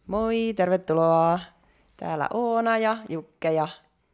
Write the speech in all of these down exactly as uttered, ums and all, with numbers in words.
Moi, tervetuloa. Täällä Oona ja Jukke ja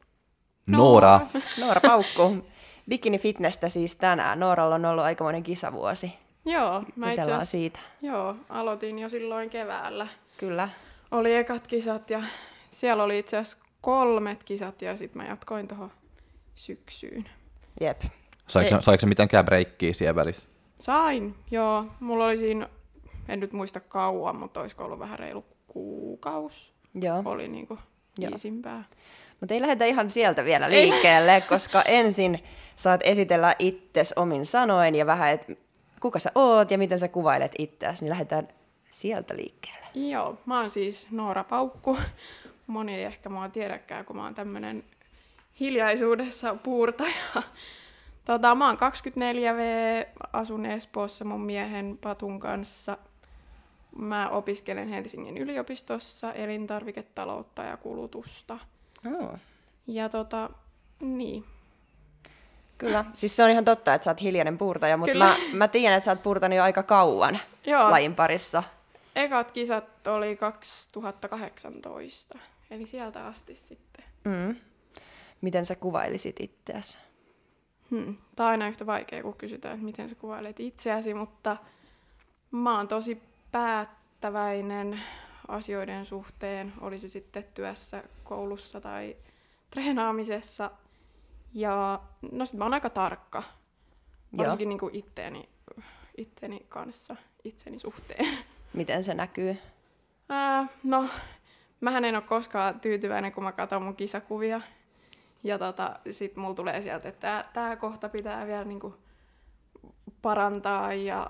Noora. Noora Paukku. Bikini Fitnessä siis tänään. Nooralla on ollut aikamoinen kisavuosi. Joo, mä itse Jutellaan asiassa, siitä. joo, aloitin jo silloin keväällä. Kyllä. Oli ekat kisat ja siellä oli itse asiassa kolmet kisat ja sitten mä jatkoin tuohon syksyyn. Jep. Saiko se... saiko se mitenkään breikkiä siellä välissä? Sain, joo. Mulla oli siinä, en nyt muista kauan, mutta olisiko ollut vähän reilu kuukaus. Joo. Oli niinku viisimpää. Mutta ei lähdetä ihan sieltä vielä liikkeelle, koska ensin saat esitellä itses omin sanoin ja vähän, että kuka sä oot ja miten sä kuvailet itseäsi, niin lähdetään sieltä liikkeelle. Joo, mä oon siis Noora Paukku. Moni ei ehkä mua tiedäkään, kun mä oon tämmönen hiljaisuudessa puurtaja. Tota, mä oon kaksikymmentäneljä vuotias, asun Espoossa mun miehen Patun kanssa. Mä opiskelen Helsingin yliopistossa elintarviketaloutta ja kulutusta. Oh. Ja tota, niin. Kyllä, siis se on ihan totta, että sä oot hiljainen puurtaja, mutta mä, mä tiedän, että sä oot puurtanut jo aika kauan Joo. lajin parissa. Ekat kisat oli kaksituhattakahdeksantoista, eli sieltä asti sitten. Mm. Miten sä kuvailisit itseäsi? Hmm. Tämä on aina yhtä vaikea, kun kysytään, että miten sä kuvailet itseäsi, mutta mä oon tosi päättäväinen asioiden suhteen, oli se sitten työssä, koulussa tai treenaamisessa. Ja no sit mä oon aika tarkka, varsinkin niin kuin itteeni, itteeni kanssa, itseni suhteen. Miten se näkyy? Ää, no, mähän en ole koskaan tyytyväinen, kun mä katson mun kisakuvia. Ja tota, sit mulla tulee sieltä, että tää, tää kohta pitää vielä niinku parantaa. Ja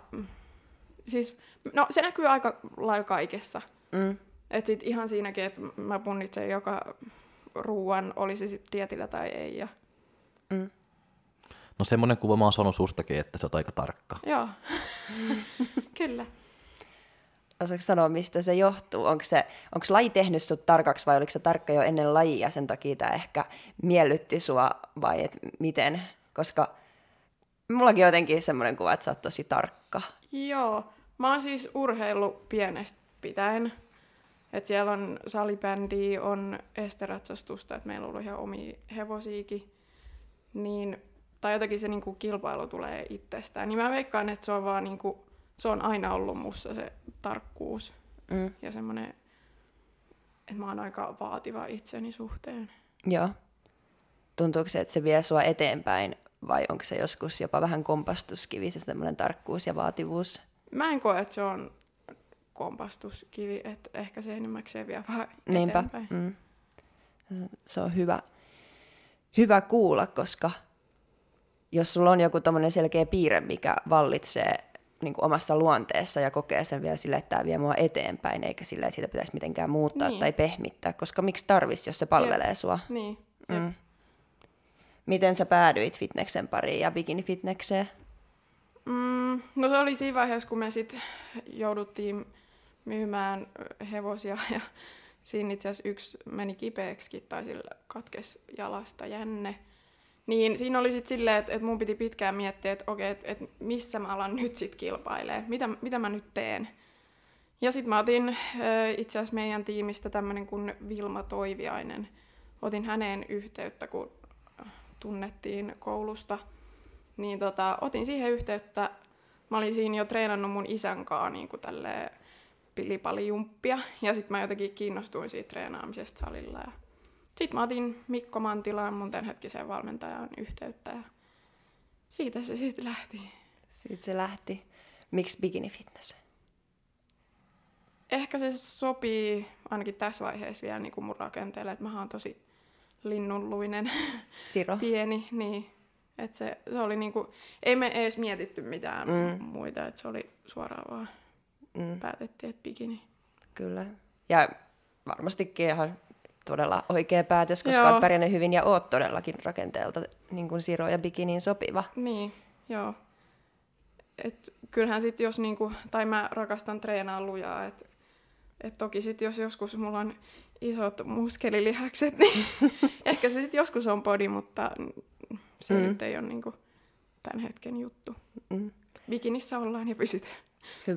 siis, no se näkyy aika lailla kaikessa. Mm. Et sit ihan siinäkin, että mä punnitsen joka ruuan, oli se sit dietillä tai ei. Ja... Mm. No semmoinen kuva mä oon saanut sustakin, että sä oot aika tarkka. Joo, kyllä. Osaatko sanoa, mistä se johtuu? Onko, se, onko laji tehnyt sut tarkaksi vai oliko se tarkka jo ennen lajia, sen takia tämä ehkä miellytti sua vai et miten? Koska mullakin on jotenkin semmoinen kuva, että sä oot tosi tarkka. Joo, mä oon siis urheillut pienestä pitäen. Et siellä on salibändiä, on esteratsastusta, että meillä on ollut ihan omia hevosiakin. Niin, tai jotenkin se niinku kilpailu tulee itsestään. Niin mä veikkaan, että se on vaan niinku... Se on aina ollut musta se tarkkuus Mm. ja semmoinen, että mä oon aika vaativa itseni suhteen. Joo. Tuntuuko se, että se vie sua eteenpäin vai onko se joskus jopa vähän kompastuskivi, se semmoinen tarkkuus ja vaativuus? Mä en koe, että se on kompastuskivi, että ehkä se enimmäkseen vie vähän Niinpä. eteenpäin. Mm. Se on hyvä, hyvä kuulla, koska jos sulla on joku tommoinen selkeä piirre, mikä vallitsee niin kuin omassa luonteessa ja kokee sen vielä silleen, että tämä vie mua eteenpäin, eikä silleen, että sitä pitäisi mitenkään muuttaa niin. tai pehmittää, koska miksi tarvitsisi, jos se palvelee Jep. sua? Niin. Mm. Miten sä päädyit fitneksen pariin ja bikini-fitnekseen? Mm, no se oli siinä vaiheessa, kun me sitten jouduttiin myymään hevosia ja siinä itse asiassa yksi meni kipeäksikin tai sillä katkesi jalasta jänne. Niin siinä oli sitten silleen, että et mun piti pitkään miettiä, että okei, että et missä mä alan nyt sitten kilpailee, mitä, mitä mä nyt teen. Ja sitten mä otin äh, itse asiassa meidän tiimistä tämmönen kuin Vilma Toiviainen. Otin häneen yhteyttä, kun tunnettiin koulusta. Niin tota, otin siihen yhteyttä. Mä olin siinä jo treenannut mun isän kanssa niin kuin tälleen pilipalijumppia. Ja sitten mä jotenkin kiinnostuin siitä treenaamisesta salilla. Ja sitten mä otin Mikko Mantilaan, mun tämänhetkiseen valmentajan, yhteyttä ja siitä se sitten lähti. Siitä se lähti. Miksi bikini fitness? Ehkä se sopii ainakin tässä vaiheessa vielä niin kuin mun rakenteelle, että mä oon tosi linnunluinen, Siro. pieni. Niin. Et se, se oli niinku, ei me edes mietitty mitään Mm. muita, että se oli suoraan vaan Mm. päätettiin, että bikini. Kyllä. Ja varmastikin ihan todella oikea päätös, koska Joo. olet pärjännyt hyvin ja oot todellakin rakenteelta niin kuin Siro ja bikiniin sopiva. Niin, joo. Et kyllähän sit jos niinku, tai mä rakastan treenaa lujaa, että et toki sit jos joskus mulla on isot muskelilihakset, niin ehkä se sit joskus on podi, mutta se mm. nyt ei ole niinku tämän hetken juttu. Mm. Bikinissä ollaan ja pysytään. Hyvä.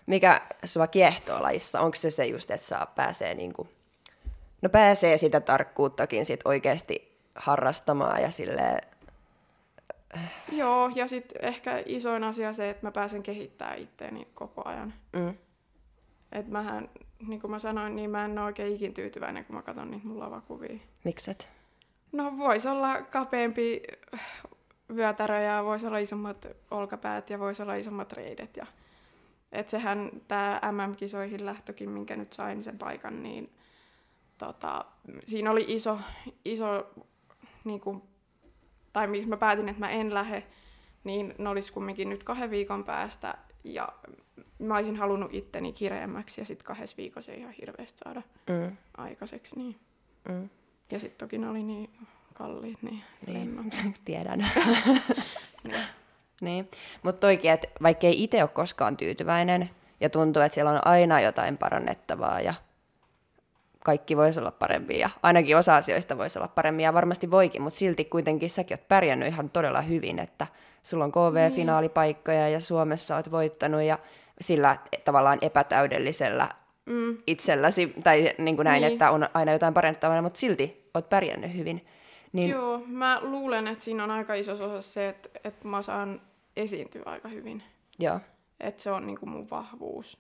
mikä sua kiehtoo lajissa? Onko se se just, että saa pääsee niinku, no pääsee sitä tarkkuuttakin sit oikeasti harrastamaan ja silleen... Joo, ja sitten ehkä isoin asia se, että mä pääsen kehittämään itteeni koko ajan. Mm. Että mähän, niin kuin mä sanoin, niin mä en ole oikein ikin tyytyväinen, kun mä katson niitä mun lavakuvia. Mikset? No voisi olla kapeampi vyötärö ja voisi olla isommat olkapäät ja voisi olla isommat reidet. Ja... Että sehän tämä M M-kisoihin lähtökin, minkä nyt sain sen paikan, niin tota, siinä oli iso, iso niin kuin, tai miksi mä päätin, että mä en lähde, niin ne olisi kumminkin nyt kahden viikon päästä. Ja mä olisin halunnut itteni kireemmäksi ja sitten kahdessa viikossa ei ihan hirveästi saada mm. aikaiseksi. Niin. Mm. Ja sitten toki ne oli niin kalliit, niin, niin. Tiedän. niin. Niin, mutta toikin, että vaikka ei itse ole koskaan tyytyväinen ja tuntuu, että siellä on aina jotain parannettavaa ja kaikki voisi olla parempia ja ainakin osa asioista voisi olla parempia ja varmasti voikin, mutta silti kuitenkin säkin oot pärjännyt ihan todella hyvin, että sulla on K V-finaalipaikkoja ja Suomessa oot voittanut ja sillä tavallaan epätäydellisellä mm. itselläsi, tai niin kuin näin, niin. Että on aina jotain parannettavaa, mutta silti oot pärjännyt hyvin. Niin... Joo, mä luulen, että siinä on aika iso osa se, että, että mä saan esiintyä aika hyvin. Joo. Että se on niinku mun vahvuus.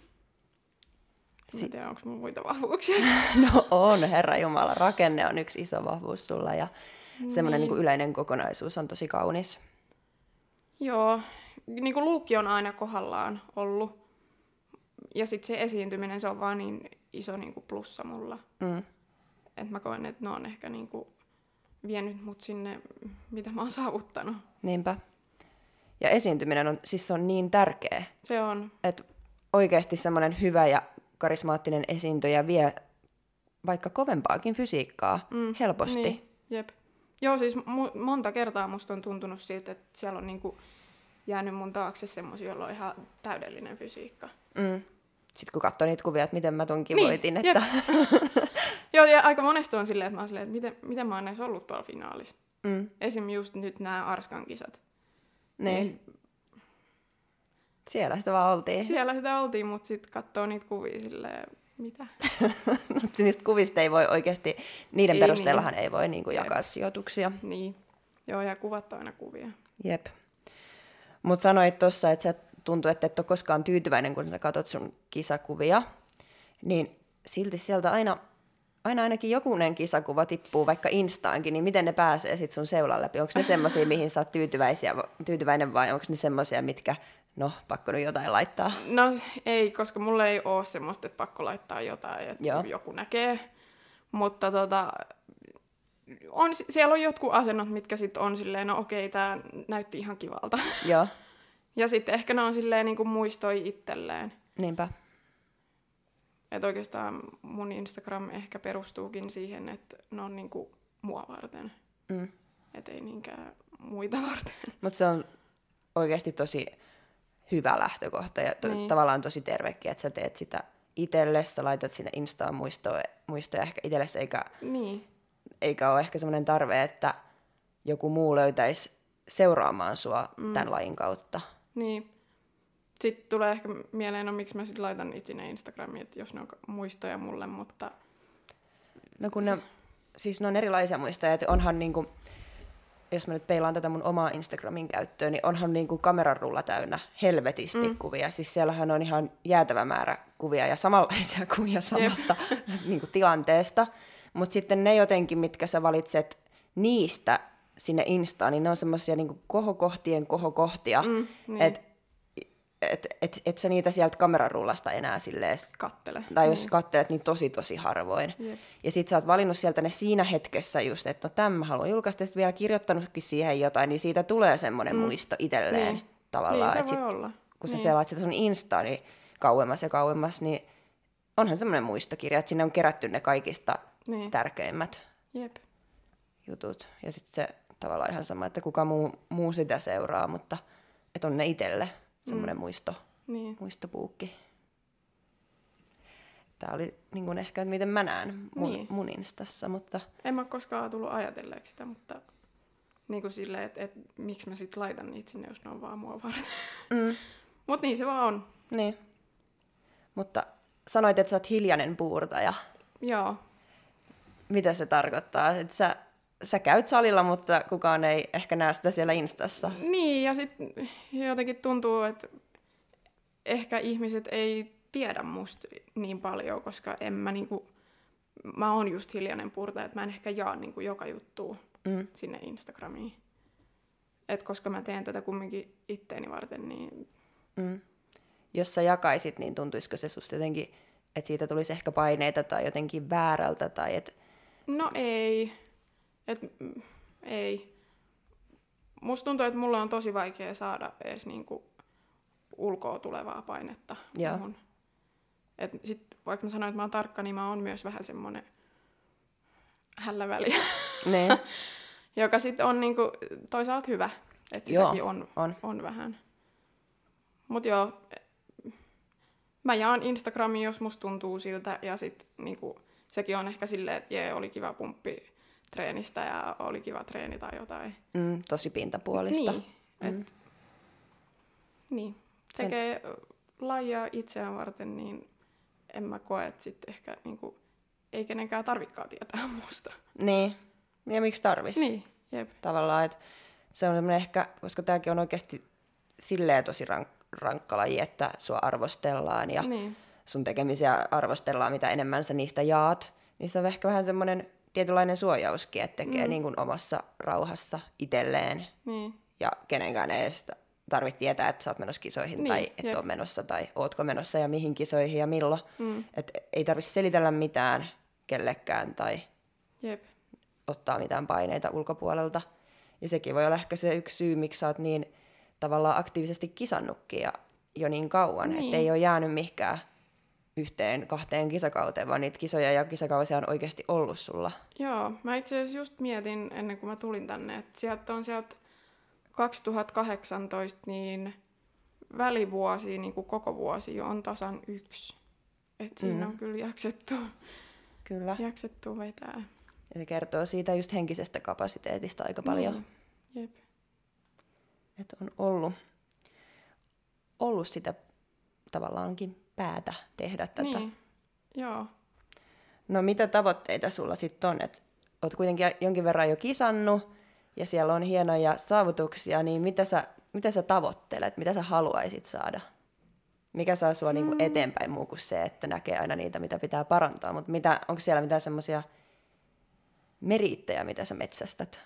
Mä en tiedä, onko mun muita vahvuuksia. No on, herra jumala. Rakenne on yksi iso vahvuus sulla ja niin. Semmoinen niin kuin yleinen kokonaisuus on tosi kaunis. Joo, niin kuin luukki on aina kohdallaan ollut. Ja sitten se esiintyminen, se on vaan niin iso niin kuin plussa mulla. Mm. Että mä koen, että ne on ehkä niin kuin vienyt mut sinne, mitä mä oon saavuttanut. Niinpä. Ja esiintyminen on, siis se on niin tärkeä. Se on. Että oikeasti semmoinen hyvä ja karismaattinen esiintyjä vie vaikka kovempaakin fysiikkaa mm, helposti. Niin, jep. Joo, siis mu- monta kertaa musta on tuntunut siltä, että siellä on niinku jäänyt mun taakse semmosia, joilla on ihan täydellinen fysiikka. Mm. Sitten kun katsoo niitä kuvia, että miten mä tonkin niin, voitin. Että... Joo, ja aika monesti on silleen, että mä oon silleen, että miten, miten mä oon edes ollut tuolla finaalissa. Mm. Esim. Just nyt nämä Arskan kisat. Niin. niin. Siellä sitä vaan oltiin. Siellä sitä oltiin, mutta sitten katsoo niitä kuvia silleen, mitä? Mutta niistä kuvista ei voi oikeasti, niiden ei, perusteellahan niin. ei voi niinku jakaa sijoituksia. Niin. Joo, ja kuvat on aina kuvia. Jep. Mutta sanoit tuossa, että sä tuntuu, että et ole koskaan tyytyväinen, kun sä katsot sun kisakuvia. Niin silti sieltä aina, aina ainakin jokunen kisakuva tippuu vaikka Instaankin, niin miten ne pääsee sit sun seulan läpi? Onko ne semmosia, mihin sä oot tyytyväisiä, tyytyväinen vai onko ne semmosia, mitkä, no, pakko nyt jotain laittaa? No ei, koska mulla ei ole semmoista, että pakko laittaa jotain, että Joo. joku näkee. Mutta tota, on, siellä on jotkut asennot, mitkä sitten on silleen, no okei, tää näytti ihan kivalta. Joo. Ja sitten ehkä ne on silleen niin kuin muistoi itselleen. Niinpä. Että oikeastaan mun Instagram ehkä perustuukin siihen, että ne on niin kuin mua varten. Mm. Että ei niinkään muita varten. Mutta se on oikeasti tosi hyvä lähtökohta ja to- niin. tavallaan tosi tervekin, että sä teet sitä itsellesi, sä laitat sinne Instaan muistoja, muistoja ehkä itsellesi, eikä, niin. eikä ole ehkä semmoinen tarve, että joku muu löytäisi seuraamaan sua mm. tämän lajin kautta. Niin. Sitten tulee ehkä mieleen, no miksi mä sitten laitan niitä sinne Instagramiin, että jos ne on muistoja mulle, mutta... No kun ne, siis ne on erilaisia muistoja, että onhan niinku, jos mä nyt peilaan tätä mun omaa Instagramin käyttöön, niin onhan niinku kamerarulla täynnä helvetisti mm. kuvia. Siis siellähän on ihan jäätävä määrä kuvia ja samanlaisia kuvia samasta niinku tilanteesta. Mutta sitten ne jotenkin, mitkä sä valitset niistä sinne Instaan, niin ne on semmoisia niinku kohokohtien kohokohtia, mm, niin. että et, et, et sä niitä sieltä kamerarullasta enää silleen... Kattele. Tai jos niin. kattelet, niin tosi tosi harvoin. Jep. Ja sit sä oot valinnut sieltä ne siinä hetkessä just, että no tämän mä haluan julkaista, ja sit vielä kirjoittanutkin siihen jotain, niin siitä tulee semmoinen mm. muisto itselleen niin. tavallaan. Niin, se voi sit, olla. Kun niin. sä selaat sitä sun Instaa niin kauemmas ja kauemmas, niin onhan semmoinen muistokirja, että sinne on kerätty ne kaikista niin. tärkeimmät Jep. jutut. Ja sit se tavallaan ihan sama, että kuka muu, muu sitä seuraa, mutta että on ne itselle. Semmoinen mm. muisto, niin. muistopuukki. Tämä oli niin kuin ehkä, miten mä näen mun, niin. mun Instassa, mutta... En mä koskaan tullut ajatelleeksi sitä, mutta niin kuin silleen, että et, miksi mä sit laitan niitä sinne, jos ne on vaan mua varten. Mm. Mut niin se vaan on. Niin. Mutta sanoit, että sä oot hiljainen puurtaja. Joo. Mitä se tarkoittaa? Että sä, sä käyt salilla, mutta kukaan ei ehkä näe sitä siellä Instassa. Niin, ja sitten jotenkin tuntuu, että ehkä ihmiset ei tiedä musta niin paljon, koska en mä niinku, mä oon just hiljainen puurtaja, että mä en ehkä jaa niinku joka juttua mm. sinne Instagramiin. Et koska mä teen tätä kumminkin itteeni varten, niin... Mm. Jos sä jakaisit, niin tuntuisiko se susta jotenkin, että siitä tulisi ehkä paineita tai jotenkin väärältä? Tai et... No ei. Et, ei. Musta tuntuu, että mulle on tosi vaikea saada edes niinku ulkoa tulevaa painetta. Et sit, vaikka mä sanoin, että mä oon tarkka, niin mä oon myös vähän semmonen hälläväliä. Ne. Joka sitten on niinku toisaalta hyvä, että sitäkin on, on. on vähän. Mut joo, mä jaan Instagramiin, jos musta tuntuu siltä, ja sit niinku, sekin on ehkä silleen, että jee, oli kiva pumppi treenistä ja oli kiva treeni tai jotain. Mm, tosi pintapuolista. Niin, mm. et, niin. tekee Sen... lajia itseään varten, niin en mä koe, että sit ehkä niinku, ei kenenkään tarvikaan tietää musta. Niin, ja miksi tarvis? Niin, jep. Tavallaan, että se on ehkä, koska tämäkin on oikeasti silleen tosi rank, rankka laji, että sua arvostellaan ja niin. sun tekemisiä arvostellaan, mitä enemmän sä niistä jaat, niin se on ehkä vähän semmoinen tietynlainen suojauskin, että tekee mm. niin kuin omassa rauhassa itselleen niin. ja kenenkään ei edes tarvitse tietää, että sä oot menossa kisoihin niin, tai et ole menossa tai ootko menossa ja mihin kisoihin ja milloin. Mm. Että ei tarvitse selitellä mitään kellekään tai Jep. ottaa mitään paineita ulkopuolelta. Ja sekin voi olla ehkä se yksi syy, miksi sä oot niin tavallaan aktiivisesti kisannutkin ja jo niin kauan, niin. että ei ole jäänyt mihinkään yhteen, kahteen kisakauteen, vaan niitä kisoja ja kisakausia on oikeasti ollut sulla. Joo, mä itse asiassa just mietin ennen kuin mä tulin tänne, että sieltä on sieltä kaksituhattakahdeksantoista, niin välivuosi, niin kuin koko vuosi on tasan yksi. Että siinä mm. on kyllä jaksettu, kyllä. jaksettu vetää. Ja se kertoo siitä just henkisestä kapasiteetista aika paljon. Mm. Jep. Että on ollut, ollut sitä tavallaankin päätä tehdä tätä. Niin, joo. No mitä tavoitteita sulla sitten on? Et oot kuitenkin jonkin verran jo kisannut ja siellä on hienoja saavutuksia, niin mitä sä, mitä sä tavoittelet? Mitä sä haluaisit saada? Mikä saa sua mm. niinku eteenpäin muu kuin se, että näkee aina niitä, mitä pitää parantaa? Mutta onko siellä mitään semmoisia meriittejä, mitä sä metsästät?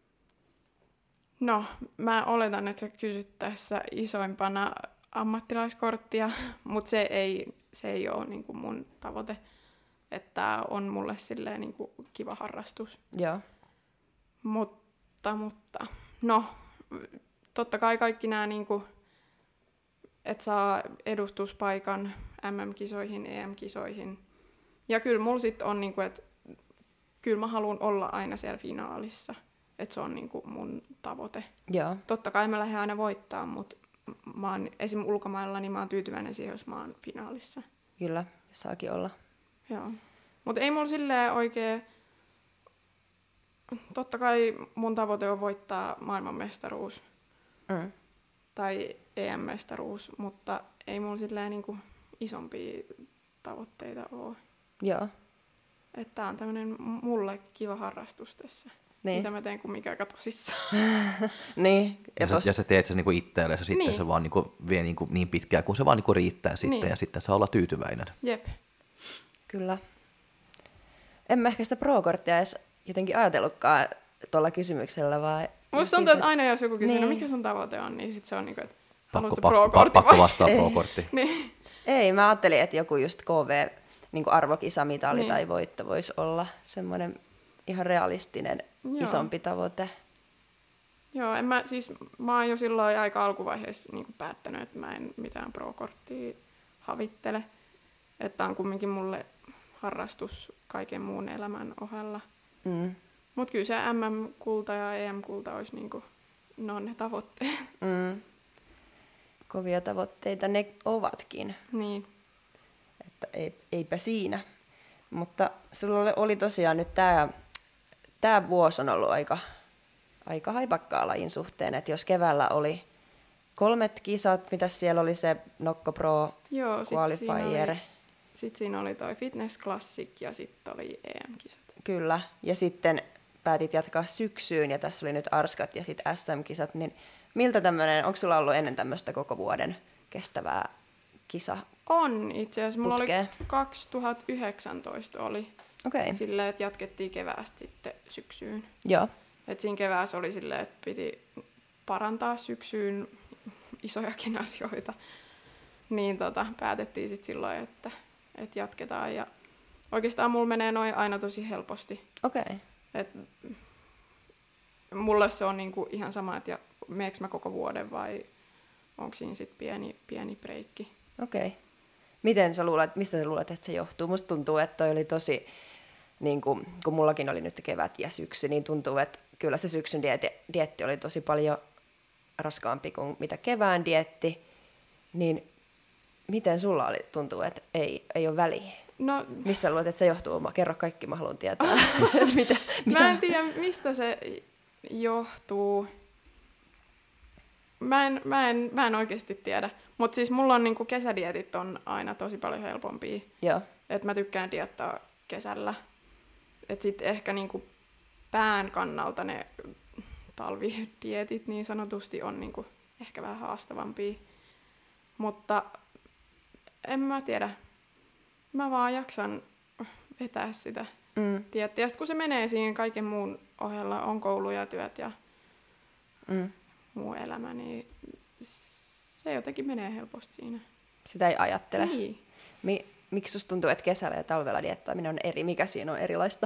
No, mä oletan, että sä kysyt tässä isoimpana ammattilaiskorttia, mutta se ei, se ei ole niin kuin mun tavoite. Että on mulle silleen niin kuin kiva harrastus. Joo. Mutta, mutta, no, totta kai kaikki nämä, niin kuin, että saa edustuspaikan M M-kisoihin, E M-kisoihin. Ja kyllä mulla sitten on, niin kuin, että kyllä mä haluan olla aina siellä finaalissa. Että se on niin kuin mun tavoite. Joo. Totta kai mä lähden aina voittaa, mutta mä oon esim. Ulkomailla, niin mä oon tyytyväinen siihen, jos mä oon finaalissa. Kyllä, saakin olla. Joo. Mutta ei mulla silleen oikein... Totta kai mun tavoite on voittaa maailmanmestaruus. Mm. Tai E M-mestaruus, mutta ei mulla silleen niinku isompia tavoitteita ole. Joo. Että tää on tämmönen mulle kiva harrastus tässä. Niin. Mitä mä teen kun mikään tosissaan. Niin. Ja, ja, tos... ja sä teet sen niinku itteellesi, sitten niin. se vaan niinku vie niinku niin pitkään, kun se vaan niinku riittää sitten, niin. ja sitten saa olla tyytyväinen. Jep. Kyllä. En mä ehkä sitä pro-korttia edes jotenkin ajatellutkaan tuolla kysymyksellä, vaan... Musta tuntuu, että aina jos joku kysyy, niin. no mikä sun tavoite on, niin sit se on niinku, että haluatko pakko, pro-kortti pakko vastaa pro-kortti. niin. Ei, mä ajattelin, että joku just K V, niin kuin arvokisamitali niin. tai voitto voisi olla semmoinen ihan realistinen Joo. isompi tavoite. Joo, en mä, siis mä oon jo silloin aika alkuvaiheessa niin kuin päättänyt, että mä en mitään pro-korttia havittele. Että on kumminkin mulle harrastus kaiken muun elämän ohella. Mm. Mut kyllä se M M-kulta ja E M-kulta olisi niinku, ne on ne tavoitteet. Mm. Kovia tavoitteita ne ovatkin. Niin. Että ei, eipä siinä. Mutta sulla oli tosiaan nyt tää, tää vuosi on ollut aika, aika haipakkaa lajin suhteen. Että jos keväällä oli kolmet kisat, mitä siellä oli se Nokko Pro Joo, sit Qualifier. siinä oli, sit siinä oli toi Fitness Classic ja sitten oli E M-kisat. Kyllä, ja sitten päätit jatkaa syksyyn, ja tässä oli nyt Arskat ja sitten S M-kisat, niin miltä tämmöinen, onko sulla ollut ennen tämmöistä koko vuoden kestävää kisa? On itse asiassa. Mulla Putkeen. oli kaksituhattayhdeksäntoista oli Okei, okay. silleen, että jatkettiin keväästä sitten syksyyn. Joo, Et siinä keväässä oli silleen, että piti parantaa syksyyn isojakin asioita. Niin tota, päätettiin sitten silloin, että, että jatketaan. Ja oikeastaan mulla menee noin aina tosi helposti. okei. Okay. Et mulle se on niinku ihan sama, että meekö mä koko vuoden vai onko siinä sitten pieni, pieni breikki. Okei. Okay. Miten sä luulet, mistä sä luulet, että se johtuu? Musta tuntuu, että toi oli tosi, niin kun, kun mullakin oli nyt kevät ja syksy, niin tuntuu, että kyllä se syksyn dieetti, dieetti oli tosi paljon raskaampi kuin mitä kevään dieetti. Niin miten sulla oli, tuntuu, että ei, ei ole väliä? No, Mistä luulet, että se johtuu? Mä kerro kaikki, mä haluan tietää. mitä, mitä? mä en tiedä, mistä se johtuu. Mä en, mä en, mä en oikeasti tiedä. Mutta siis mulla on niinku kesädietit on aina tosi paljon helpompia. Joo. Et mä tykkään diettaa kesällä. Et sit ehkä niinku pään kannalta ne talvidietit niin sanotusti on niinku ehkä vähän haastavampia. Mutta en mä tiedä. Mä vaan jaksan vetää sitä Mm. diettiä. Sitten kun se menee siinä kaiken muun ohella, on koulu ja työt ja Mm. muu elämä, niin se jotenkin menee helposti siinä. Sitä ei ajattele. Niin. Mi- miksi susta tuntuu, että kesällä ja talvella diettaaminen on eri? Mikä siinä on erilaista?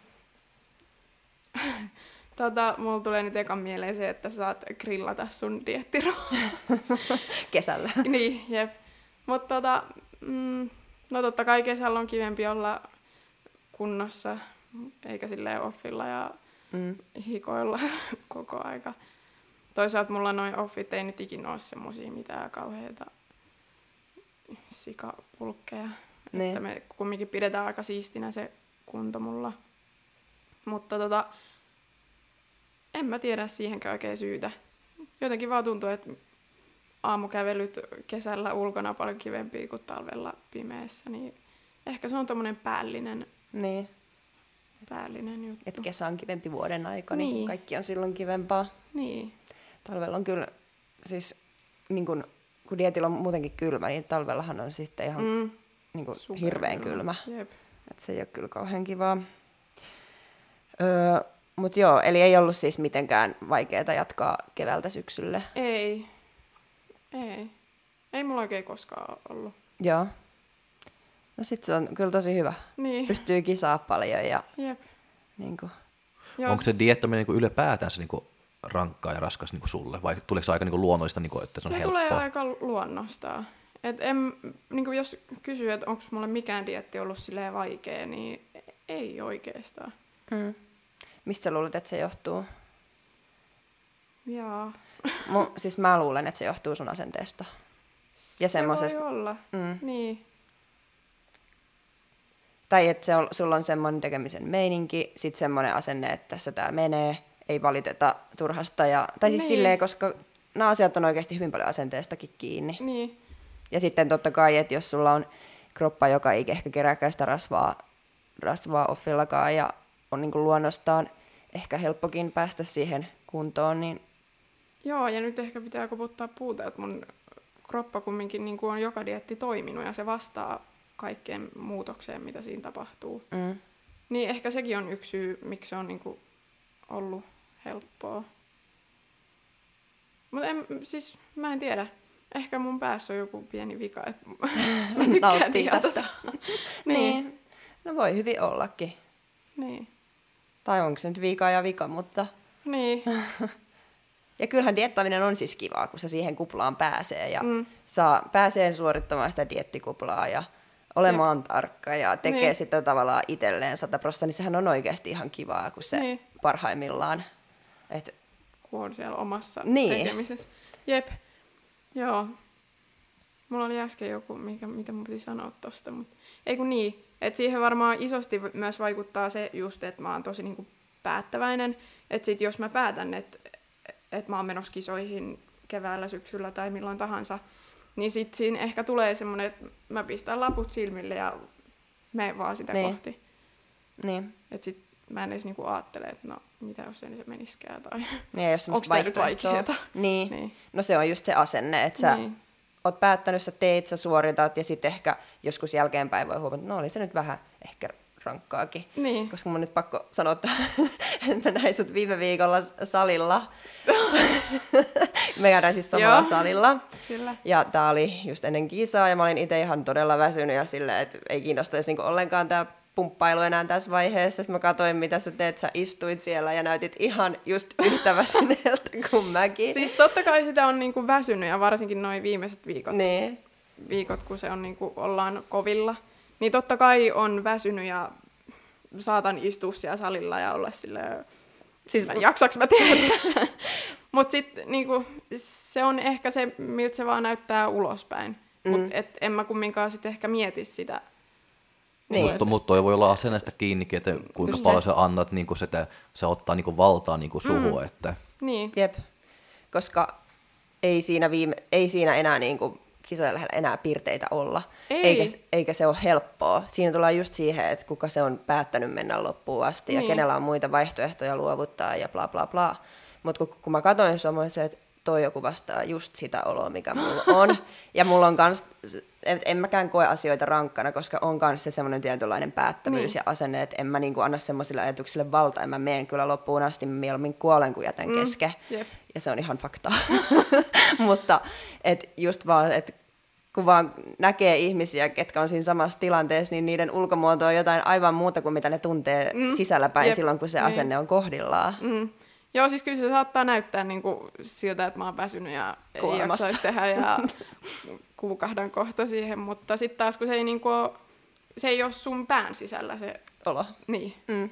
Tota, mulla tulee nyt ekan mieleen se, että saat grillata sun diettiruoaa. Kesällä. Niin, jep. Mutta tota, mm, no totta kai kesällä on kivempi olla kunnossa, eikä silleen offilla ja Mm. hikoilla koko aika. Toisaalta mulla noin offit ei nyt ikinä ole semmosia mitään kauheita sikapulkkeja. Niin. Että me kumminkin pidetään aika siistinä se kunto mulla. Mutta tota, en mä tiedä siihenkään oikein syytä. Jotenkin vaan tuntuu, että aamukävelyt kesällä ulkona paljon kivempia kuin talvella pimeässä, niin ehkä se on tommonen päällinen, Niin. päällinen juttu. Että kesä on kivempi vuoden aika, niin, Niin. kaikki on silloin kivempaa. Niin. Talvella on kyllä, siis niin kun, kun dietillä on muutenkin kylmä, niin talvellahan on sitten ihan Mm. niin kun, Super hirveän kylmä. Jep. Että se ei ole kyllä kauhean kivaa. Öö, Mutta joo, eli ei ollut siis mitenkään vaikeaa jatkaa keväältä syksylle. Ei. Ei. Ei mulla oikein koskaan ollut. Joo. No sit se on kyllä tosi hyvä. Niin. Pystyy kisaa paljon ja Jep. niin kuin, Joo, Onko se diettominen niin ylipäätään se niin rankkaa ja raskas niin sulle, vai tuleeko se aika niin luonnollista, niin kuin, että se on se helppoa? tulee aika luonnostaan. Et en, niin kuin jos kysyy, että onko mulle mikään dieetti ollut silleen vaikea, niin ei oikeastaan. mm. Mistä sä luulet, että se johtuu? Jaa. Mu, siis mä luulen, että se johtuu sun asenteesta. Ja se semmosesta- voi olla. Mm. Niin. Tai että se on, sulla on semmoinen tekemisen meininki, sit semmoinen asenne, että tässä tää menee, ei valiteta turhasta. Ja, tai siis Niin. silleen, koska nämä asiat on oikeasti hyvin paljon asenteestakin kiinni. Niin. Ja sitten totta kai, että jos sulla on kroppa, joka ei ehkä kerääkään sitä rasvaa, rasvaa offillakaan ja on niin kuin luonnostaan ehkä helppokin päästä siihen kuntoon, niin Joo, ja nyt ehkä pitää koputtaa puuta, että mun kroppa kumminkin niin kuin on joka dieetti toiminut ja se vastaa kaikkeen muutokseen, mitä siinä tapahtuu. mm, Niin ehkä sekin on yksi syy, miksi se on niin kuin ollut helppoa. Mutta siis mä en tiedä. Ehkä mun päässä on joku pieni vika, että mä tykkään nauttii dietata. tästä. Niin. niin. No voi hyvin ollakin. Niin. Tai onko se nyt vika ja vika, mutta... Niin. Ja kyllähän diettaaminen on siis kivaa, kun se siihen kuplaan pääsee ja Mm. saa, pääsee suorittamaan sitä diettikuplaa ja olemaan Jep. tarkka ja tekee Niin. sitä tavallaan itselleen sata prosenttia, niin sehän on oikeasti ihan kivaa, kun se Niin. parhaimmillaan. Et, Kun on siellä omassa Niin. tekemisessä. Jep. Joo. Mulla oli äsken joku, mikä, mitä mun piti sanoa tosta, mutta ei kun niin. Että siihen varmaan isosti myös vaikuttaa se just, että mä oon tosi niinku päättäväinen. Että sit jos mä päätän, että et mä oon menossa kisoihin keväällä, syksyllä tai milloin tahansa, niin sit siinä ehkä tulee semmoinen, että mä pistän laput silmille ja menen vaan sitä niin. kohti. Niin. Että sit mä en edes niinku ajattele, että no mitä jos ei se meniskään tai niin, jos onko tää nyt vaikeeta. Niin. niin. No se on just se asenne, että sä niin. oot päättänyt, sä teit, sä suoritat ja sitten ehkä joskus jälkeenpäin voi huomata, että no oli se nyt vähän ehkä rankkaakin. Niin. Koska mun on nyt pakko sanoa, että mä näin sut viime viikolla salilla. Me käydään siis samalla salilla. Kyllä. Ja tää oli just ennen kisaa ja mä olin itse ihan todella väsynyt ja silleen, että ei kiinnostaisi niinku ollenkaan tää pumppailu enää tässä vaiheessa. Sitten mä katsoin, mitä sä teet, sä istuit siellä ja näytit ihan just yhtä väsyneeltä kuin mäkin. Siis totta kai sitä on niinku väsynyt ja varsinkin noin viimeiset viikot, niin. viikot kun se on niinku, ollaan kovilla. Niin totta kai on väsynyt ja saatan istua siellä salilla ja olla silleen, siis mä, jaksaks mä tehdä. Mutta sitten niinku, se on ehkä se, miltä se vaan näyttää ulospäin. Mm. Mutta en mä kumminkaan sit ehkä mieti sitä. Niin. Mutta mut toi voi olla asenneesta kiinnikin, että kuinka Just paljon se. sä annat, niin se, se ottaa niin valtaa niin suhun. Mm. Että... Niin. Jep, koska ei siinä, viime, ei siinä enää niinku kisojen lähellä enää piirteitä olla, Ei. eikä, eikä se ole helppoa. Siinä tullaan just siihen, että kuka se on päättänyt mennä loppuun asti niin. ja kenellä on muita vaihtoehtoja luovuttaa ja bla bla bla. Mutta kun, kun mä katsoin samoin se, että toi joku vastaa just sitä oloa, mikä mulla on. Ja mulla on kans, en, en mäkään koe asioita rankkana, koska on kans se semmoinen tietynlainen päättävyys niin. ja asenne, että en mä niinku anna semmoisille ajatuksille valtaa, en mä meen kyllä loppuun asti, mä mieluummin kuolen, kun jätän Mm. kesken. Jep. Ja se on ihan faktaa. Mutta et just vaan, että kun vaan näkee ihmisiä, ketkä on siinä samassa tilanteessa, niin niiden ulkomuoto on jotain aivan muuta kuin mitä ne tuntee mm. sisälläpäin Jep. silloin, kun se niin. asenne on kohdillaan. Mm. Joo, siis kyllä se saattaa näyttää niin kuin siltä, että mä oon väsynyt ja ei Kuolemassa. jaksaisi tehdä ja kuukahdan kohta siihen, mutta sitten taas kun se ei, niin kuin ole, se ei ole sun pään sisällä se Olo. niin. Mm.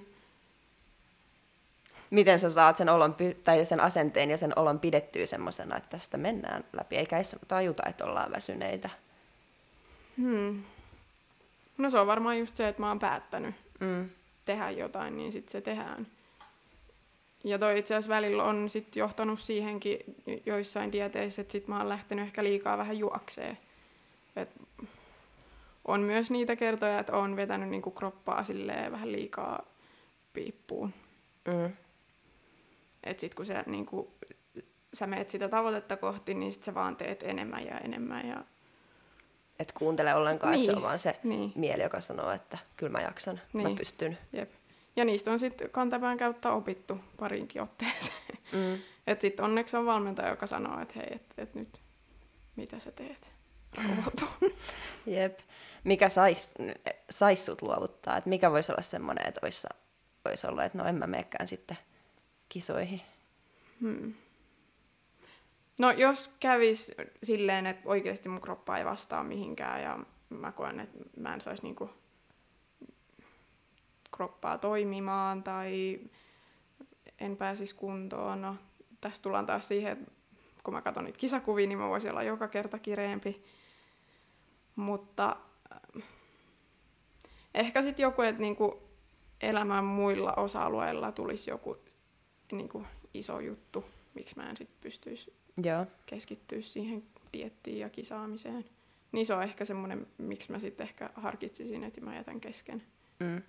Miten sä saat sen, olon, tai sen asenteen ja sen olon pidettyä semmoisena, että tästä mennään läpi, eikä edes tajuta, että ollaan väsyneitä? Hmm. No se on varmaan just se, että mä oon päättänyt Mm. tehdä jotain, niin sitten se tehdään. Ja toi itse asiassa välillä on sit johtanut siihenkin joissain dieteissä, että sit mä oon lähtenyt ehkä liikaa vähän juokseen. Et on myös niitä kertoja, että oon vetänyt niinku kroppaa silleen vähän liikaa piippuun. Mm. Et sit kun sä, niinku, sä meet sitä tavoitetta kohti, niin sit sä vaan teet enemmän ja enemmän. Ja... Et kuuntele ollenkaan, niin. että se on vaan se niin. mieli, joka sanoo, että kyllä mä jaksan, niin. mä pystyn. Jep. Ja niistä on sitten kantapään kautta opittu parinkin otteeseen. Mm. Että sitten onneksi on valmentaja, joka sanoo, että hei, että et nyt mitä sä teet? Rauhoitu. Jep. Mikä sais, sais sut luovuttaa? Et mikä voisi olla semmoinen, että olisi, olisi ollut, että no en mä meekään sitten kisoihin? Hmm. No jos kävis silleen, että oikeasti mun kroppa ei vastaa mihinkään ja mä koen, että mä en saisi niinku kroppaa toimimaan tai en pääsisi kuntoon. No, tässä tullaan taas siihen, että kun mä katson niitä kisakuvia, niin mä voisin olla joka kerta kireempi. Mutta äh, ehkä sitten joku, että niinku elämän muilla osa-alueilla tulisi joku niinku iso juttu, miksi mä en sitten pystyisi Joo. keskittyä siihen dieettiin ja kisaamiseen. Niin se on ehkä semmoinen, miksi mä sitten ehkä harkitsisin, että mä jätän kesken. Mm.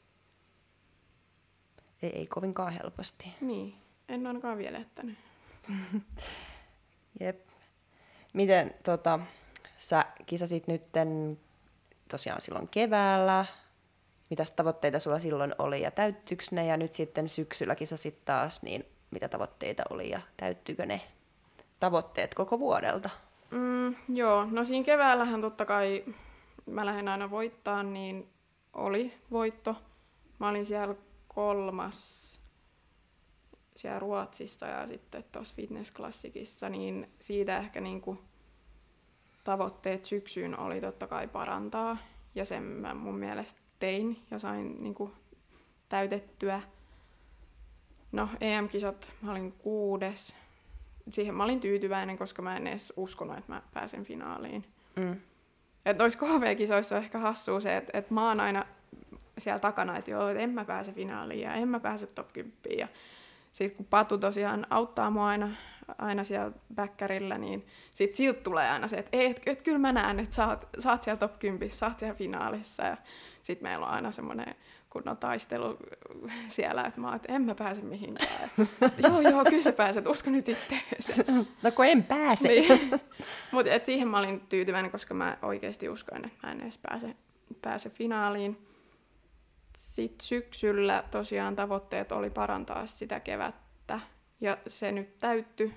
Ei, ei kovinkaan helposti. Niin, en ainakaan vielä jättänyt. Jep. Miten tota, sä kisasit nytten tosiaan silloin keväällä? Mitäs tavoitteita sulla silloin oli ja täyttyykö ne? Ja nyt sitten syksyllä kisasit taas, niin mitä tavoitteita oli ja täyttyykö ne tavoitteet koko vuodelta? Mm, joo, no siinä keväällähän totta kai mä lähden aina voittaa, niin oli voitto. Mä olin siellä kolmas siellä Ruotsissa ja sitten tuossa Fitness Classicissa, niin siitä ehkä niinku tavoitteet syksyyn oli totta kai parantaa. Ja sen mä mun mielestä tein ja sain niinku täytettyä. No E M-kisat mä olin kuudes. Siihen mä olin tyytyväinen, koska mä en edes uskonut, että mä pääsen finaaliin. Mm. Et noissa K V-kisoissa on ehkä hassua se, että et mä oon aina siellä takana, että joo, et en mä pääse finaaliin ja en mä pääse top kymmenen. Ja sit kun Patu tosiaan auttaa mua aina aina siellä bäkkärillä, niin sit siltä tulee aina se, että et, et, kyllä mä näen, että sä oot, sä oot siellä top kymmenen, sä oot siellä finaalissa. Ja sit meillä on aina semmoinen kunnon taistelu siellä, että mä oon, että en mä pääse mihinkään. Sitten, joo, joo, kyllä sä pääset, usko nyt itseäsi. No kun en pääse. Niin. Mutta siihen mä olin tyytyväinen, koska mä oikeasti uskoin, että mä en edes pääse, pääse finaaliin. Sitten syksyllä tosiaan tavoitteet oli parantaa sitä kevättä, ja se nyt täyttyi.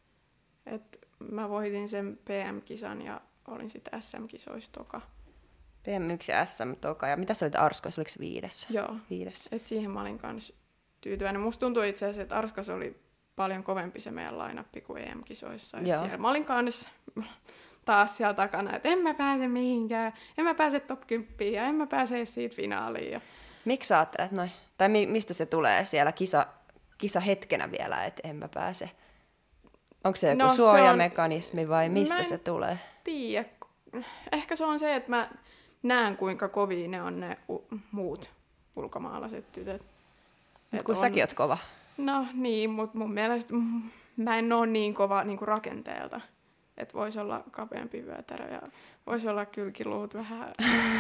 Et mä voitin sen P M-kisan ja olin sitten S M-kisoissa toka. P M yksi ja S M toka. Ja mitä sä olit Arskoissa? Oliko se viides? Joo. Viides. Et siihen mä olin kans tyytyväinen. Musta tuntui itse asiassa, että Arskas oli paljon kovempi se meidän line-up kuin E M-kisoissa. Et siellä mä olin kans taas siellä takana, että en mä pääse mihinkään, en mä pääse top kymmenen ja en mä pääse siitä finaaliin. Ja... Miksi sä ajattelet noin? Tai mi- mistä se tulee siellä kisa, kisahetkenä vielä, että en mä pääse? Onko se joku no, suojamekanismi on... vai mistä se tulee? Tiedä. Ehkä se on se, että mä näen kuinka kovia ne on ne u- muut ulkomaalaiset tytöt. Mut kun on... säkin oot kova. No niin, mutta mun mielestä mä en ole niin kova niin kuin rakenteelta. Että voisi olla kapeampi vyötärö ja voisi olla kylkiluut vähän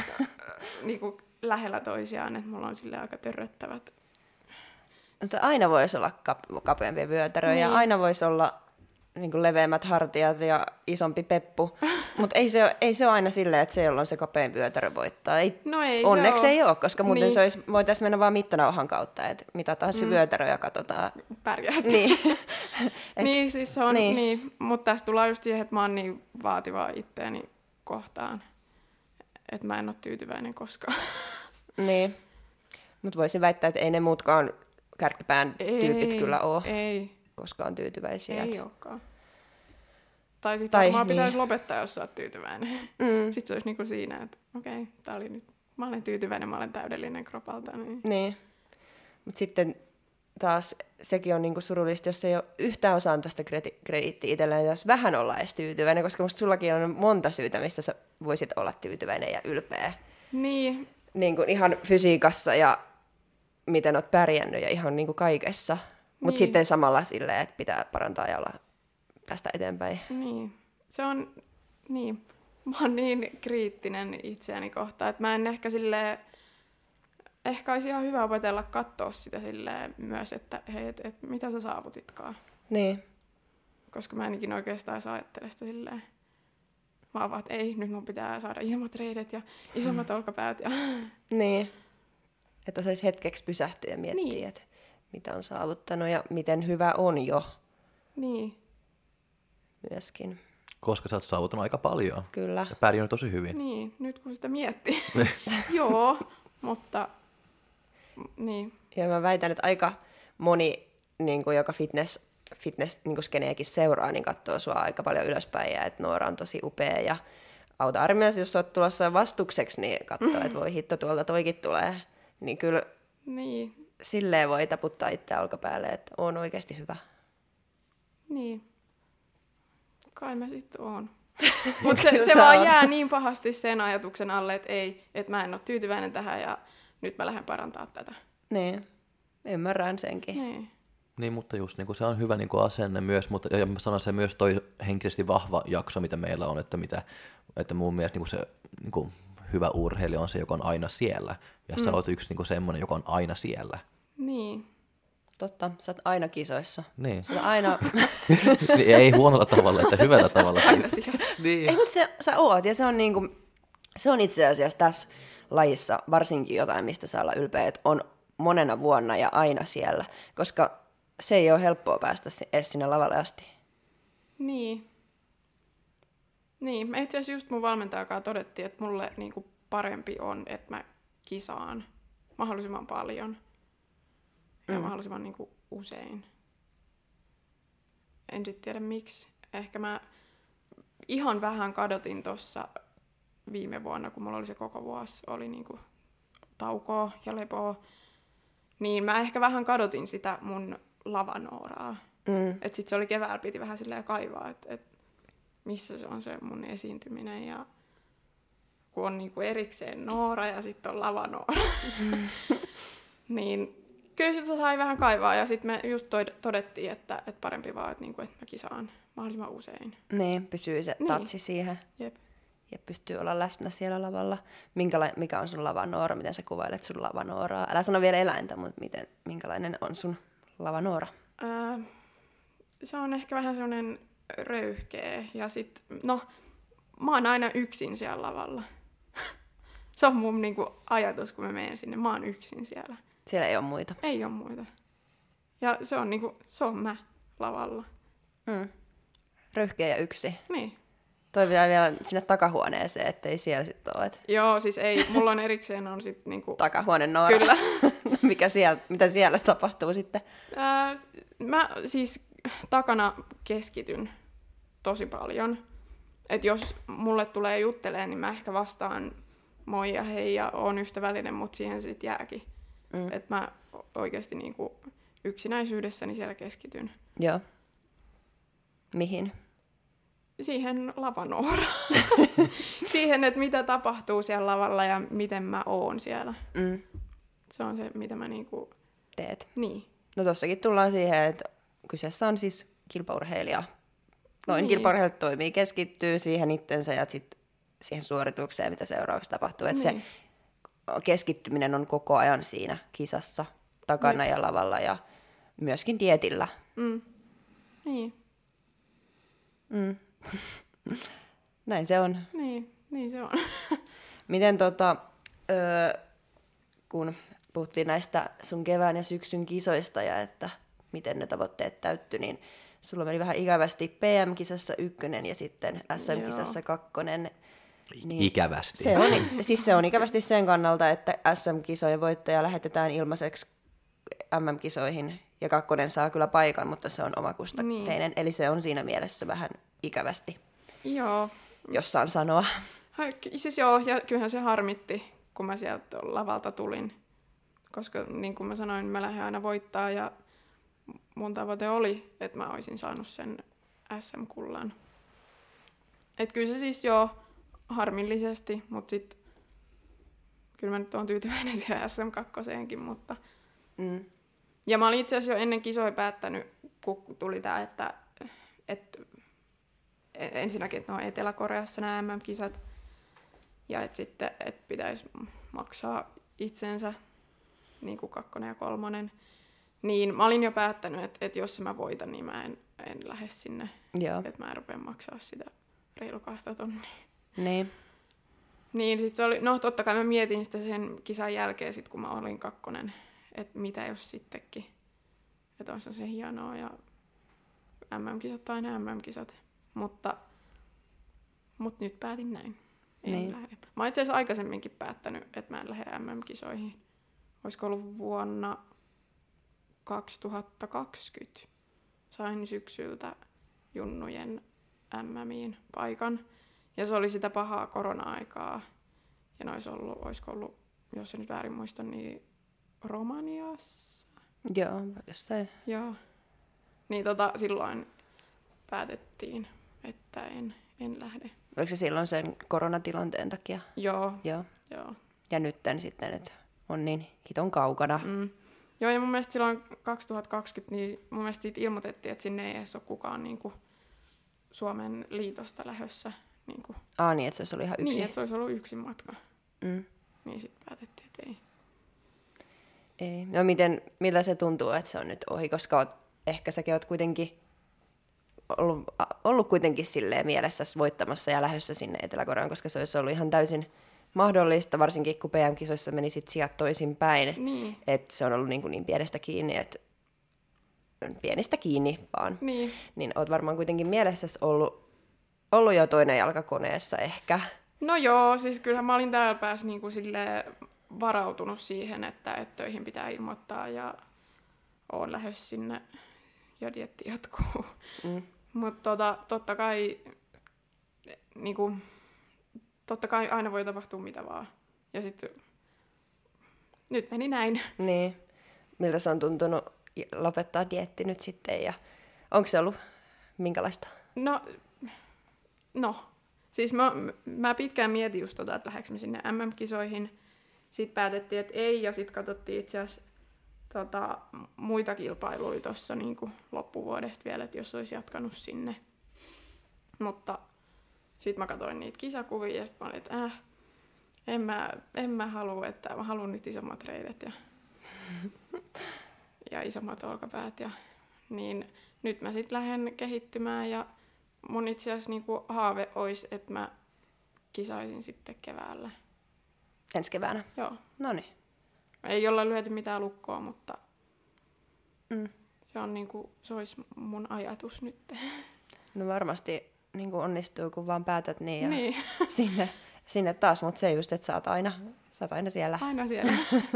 niin kuin lähellä toisiaan, että mulla on silleen aika törröttävät. Mutta aina voisi olla kap- kapeampi vyötärö niin. Ja aina voisi olla niin kuin leveämmät hartiat ja isompi peppu. Mutta ei se, ei se ole aina silleen, että se, jolla on se kapein vyötärö voittaa. Ei, no ei onneksi se ei ole, koska muuten niin. se olisi, voitaisiin mennä vaan mittanauhan kautta, että mitataan mm. se vyötärö ja katsotaan. Pärjäät. Niin. Et, niin, siis on, niin. niin. Mutta tässä tullaan just siihen, että mä oon niin vaativa itteeni kohtaan, että mä en ole tyytyväinen koskaan. Niin. Mutta voisin väittää, että ei ne muutkaan kärkipään ei, tyypit kyllä ole ei. koskaan tyytyväisiä. Ei olekaan. Tai sitten tai, varmaan niin. pitäisi lopettaa, jos sä oot tyytyväinen. Mm. Sitten se olisi niinku siinä, että okei, okay, tää oli nyt, mä olen tyytyväinen, mä olen täydellinen kropalta. Niin. niin. Mutta sitten taas sekin on niinku surullista, jos ei ole yhtään osannut tästä krediittiä itselleen, jos vähän olla edes tyytyväinen, koska musta sullakin on monta syytä, mistä sä voisit olla tyytyväinen ja ylpeä. Niin. Niin kuin ihan fysiikassa ja miten oot pärjännyt ja ihan niinku kaikessa. Mutta niin. sitten samalla silleen, että pitää parantaa ja olla, päästä eteenpäin. Niin. Se on, niin. Mä oon niin kriittinen itseäni kohtaan, että mä en ehkä silleen, ehkä olisi ihan hyvä opetella katsoa sitä silleen myös, että hei, et, et, mitä sä saavutitkaan. Niin. Koska mä en ikinä oikeastaan edes ajattele sitä silleen. Vaan vaan, että ei, nyt mun pitää saada isommat reidet ja isommat olkapäät. Ja... Niin. Että osaisi hetkeksi pysähtyä ja miettiä, niin. Että mitä on saavuttanut ja miten hyvä on jo. Niin. Myöskin. Koska sä oot saavuttanut aika paljon. Kyllä. Ja pärjännyt tosi hyvin. Niin, nyt kun sitä miettii. Joo, mutta niin. Ja mä väitän, että aika moni, niin kuin, joka fitness, fitness niin kuin skeneekin seuraa, niin katsoo sua aika paljon ylöspäin. Ja että Noora on tosi upea. Ja auta Ari myös, jos sä oot tulossa vastukseksi, niin katsoo, että voi hitto, tuolta toikin tulee. Niin kyllä niin. Silleen voi taputtaa itseä olkapäälle, että on oikeasti hyvä. Niin. Kai mä sitten oon. Mutta se, se vaan jää niin pahasti sen ajatuksen alle, että ei, että mä en ole tyytyväinen tähän ja nyt mä lähden parantaa tätä. Niin, ymmärrän senkin. Niin. Niin, mutta just niin kuin se on hyvä niin kuin asenne myös, mutta ja mä sanon se myös toi henkisesti vahva jakso, mitä meillä on, että, mitä, että mun mielestä niin kuin se niin kuin hyvä urheilija on se, joka on aina siellä. Ja mm. sä oot yksi niin kuin semmoinen, joka on aina siellä. Niin. Totta, sä oot aina kisoissa. Niin. Sä oot aina... niin, ei huonolla tavalla, että hyvällä tavalla. Aina siellä. Niin. Ei, mutta se, sä oot, ja se on, niinku, se on itse asiassa tässä lajissa varsinkin jotain, mistä saa olla ylpeä, että on monena vuonna ja aina siellä, koska se ei ole helppoa päästä edes sinne lavalle asti. Niin. Niin, itse asiassa just mun valmentajakaan todettiin, että mulle niinku parempi on, että mä kisaan mahdollisimman paljon ja mm. mahdollisimman niinku usein. En sit tiedä miksi. Ehkä mä ihan vähän kadotin tossa viime vuonna, kun mulla oli se koko vuosi, oli niinku taukoa ja lepoa. Niin mä ehkä vähän kadotin sitä mun lavanooraa. Mm. Et sit se oli keväällä, piti vähän silleen kaivaa, että et missä se on se mun esiintyminen. Ja kun on niinku erikseen Noora ja sitten on lavanoora. Mm. niin kyllä sitä sai vähän kaivaa ja sitten me just todettiin, että, että parempi vaan, että, niinku, että mä kisaan mahdollisimman usein. Niin, pysyy se niin. tatsi siihen. Jep. Ja pystyy olla läsnä siellä lavalla. Minkäla- mikä on sun lavanoora? Miten sä kuvailet sun lavanooraa? Älä sano vielä eläintä, mutta miten, minkälainen on sun lavanoora? Ää, se on ehkä vähän sellainen röyhkeä. Ja sit, no, mä oon aina yksin siellä lavalla. Se on mun niinku ajatus, kun mä menen sinne. Mä oon yksin siellä. Siellä ei ole muita. Ei ole muita. Ja se on niinku, se on mä lavalla. Mm. Röyhkeä ja yksi. Niin. Toi pitää vielä sinne takahuoneeseen, ettei siellä sitten ole. Et... Joo, siis ei. Mulla on erikseen on sit niinku... Takahuone Noora. Kyllä. Mikä siellä, mitä siellä tapahtuu sitten? Ää, mä siis takana keskityn tosi paljon. Et jos mulle tulee jutteleen, niin mä ehkä vastaan moi ja hei ja oon ystävällinen, mutta siihen sitten jääkin. Mm. Et mä oikeasti niinku yksinäisyydessäni siellä keskityn. Joo. Mihin? Siihen lavanooraan. Siihen, että mitä tapahtuu siellä lavalla ja miten mä oon siellä. Mm. Se on se, mitä mä niinku... Teet. Niin. No tossakin tullaan siihen, että kyseessä on siis kilpaurheilija. Noin niin. Kilpaurheilijat toimii, keskittyy siihen itsensä ja sitten siihen suoritukseen, mitä seuraavaksi tapahtuu. Että niin. Se keskittyminen on koko ajan siinä kisassa takana niin. Ja lavalla ja myöskin dietillä. Mm. Niin. Mm. Näin se on. Niin, niin se on. Miten tota, öö, kun puhuttiin näistä sun kevään ja syksyn kisoista ja että miten ne tavoitteet täyttyi, niin sulla meni vähän ikävästi P M-kisassa ykkönen ja sitten S M-kisassa kakkonen. Niin ikävästi. Se on, siis se on ikävästi sen kannalta, että S M-kisojen voittaja lähetetään ilmaiseksi M M-kisoihin ja kakkonen saa kyllä paikan, mutta se on omakustanteinen. Niin. Eli se on siinä mielessä vähän ikävästi, joo. jos saan sanoa. Siis joo, ja kyllähän se harmitti, kun mä sieltä lavalta tulin. Koska niin kuin mä sanoin, mä lähden aina voittaa ja mun tavoite oli, että mä olisin saanut sen S M-kullan. Et kyllä se siis joo, harmillisesti, mutta sit kyllä mä nyt oon tyytyväinen siihen S M kakkoseenkin, mutta... Mm. Ja mä olin itse asiassa jo ennen kisoja päättänyt, kun tuli tää, että, että ensinnäkin, että ne on Etelä-Koreassa nämä M M-kisat, ja että sitten että pitäisi maksaa itsensä niin kuin kakkonen ja kolmonen. Niin mä olin jo päättänyt, että, että jos mä voitan, niin mä en, en lähde sinne. Joo. Että mä en rupea maksaa sitä reilu kahta tonnia. Niin. Niin sit se oli, no totta kai mä mietin sitä sen kisan jälkeen, sit, kun mä olin kakkonen, että mitä jos sittenkin. Että on se hienoa ja M M-kisat tai ne M M-kisat. Mutta, mutta nyt päätin näin. En niin. lähde. Mä oon itse asiassa aikaisemminkin päättänyt, että mä en lähde M M-kisoihin. Olisiko ollut vuonna kaksituhattakaksikymmentä. Sain syksyltä junnujen M Miin paikan. Ja se oli sitä pahaa korona-aikaa. Ja ne olisi ollut, olisiko ollut, jos en nyt väärin muista, niin Romaniassa. Joo, jossain. Joo. Niin tota, silloin päätettiin, että en, en lähde. Oliko se silloin sen koronatilanteen takia? Joo. Joo. Joo. Ja nytten sitten, että on niin hiton kaukana. Mm. Joo, ja mun mielestä silloin kaksituhattakaksikymmentä, niin mun mielestä siitä ilmoitettiin, että sinne ei edes ole kukaan niin kuin Suomen liitosta lähdössä. Niin kuin. Aa, niin, että se olisi ollut ihan yksin. Niin, että se olisi ollut yksin matka. Mm. Niin sitten päätettiin, että ei. Ei. No miten, miltä se tuntuu, että se on nyt ohi, koska oot, ehkä säkin oot kuitenkin ollut, ollut kuitenkin silleen mielessä voittamassa ja lähdössä sinne Etelä-Koreaan, koska se olisi ollut ihan täysin mahdollista, varsinkin kun P M-kisoissa meni sit sijat toisinpäin. Niin. Että se on ollut niin, kuin niin pienestä kiinni, että pienistä kiinni vaan. Niin. Niin oot varmaan kuitenkin mielessäsi ollut, ollut jo toinen jalka koneessa ehkä. No joo, siis kyllähän mä olin täällä päässä niin kuin silleen varautunut siihen, että, että töihin pitää ilmoittaa ja oon lähdössä sinne ja dieetti jatkuu. Mm. Mutta tota, totta kai niin kuin, totta kai aina voi tapahtua mitä vaan. Ja sitten nyt meni näin. Niin. Miltä se on tuntunut lopettaa dieetti nyt sitten ja onko se ollut minkälaista? No, no. Siis mä, mä pitkään mietin just tota, että lähdekö me sinne M M-kisoihin. Sitten päätettiin, että ei, ja sitten katsottiin itse asiassa tota, muita kilpailuja tuossa niinku loppuvuodesta vielä, että jos olisi jatkanut sinne. Mutta sitten mä katsoin niitä kisakuvia ja sitten mä olin, että äh, en mä, en mä halua, että mä haluan nyt isommat reidet ja, ja isommat olkapäät. Ja, niin nyt mä sitten lähden kehittymään ja mun itse asiassa niinku haave olisi, että mä kisaisin sitten keväällä. Ensi keväänä? Joo. Noniin. Ei olla lyöty mitään lukkoa, mutta Mm. se on niinku, se olisi mun ajatus nyt. No varmasti niin kuin onnistuu, kun vaan päätät niin ja Niin. sinne, sinne taas, mutta se just, että sä oot aina, sä oot aina siellä. Aina siellä.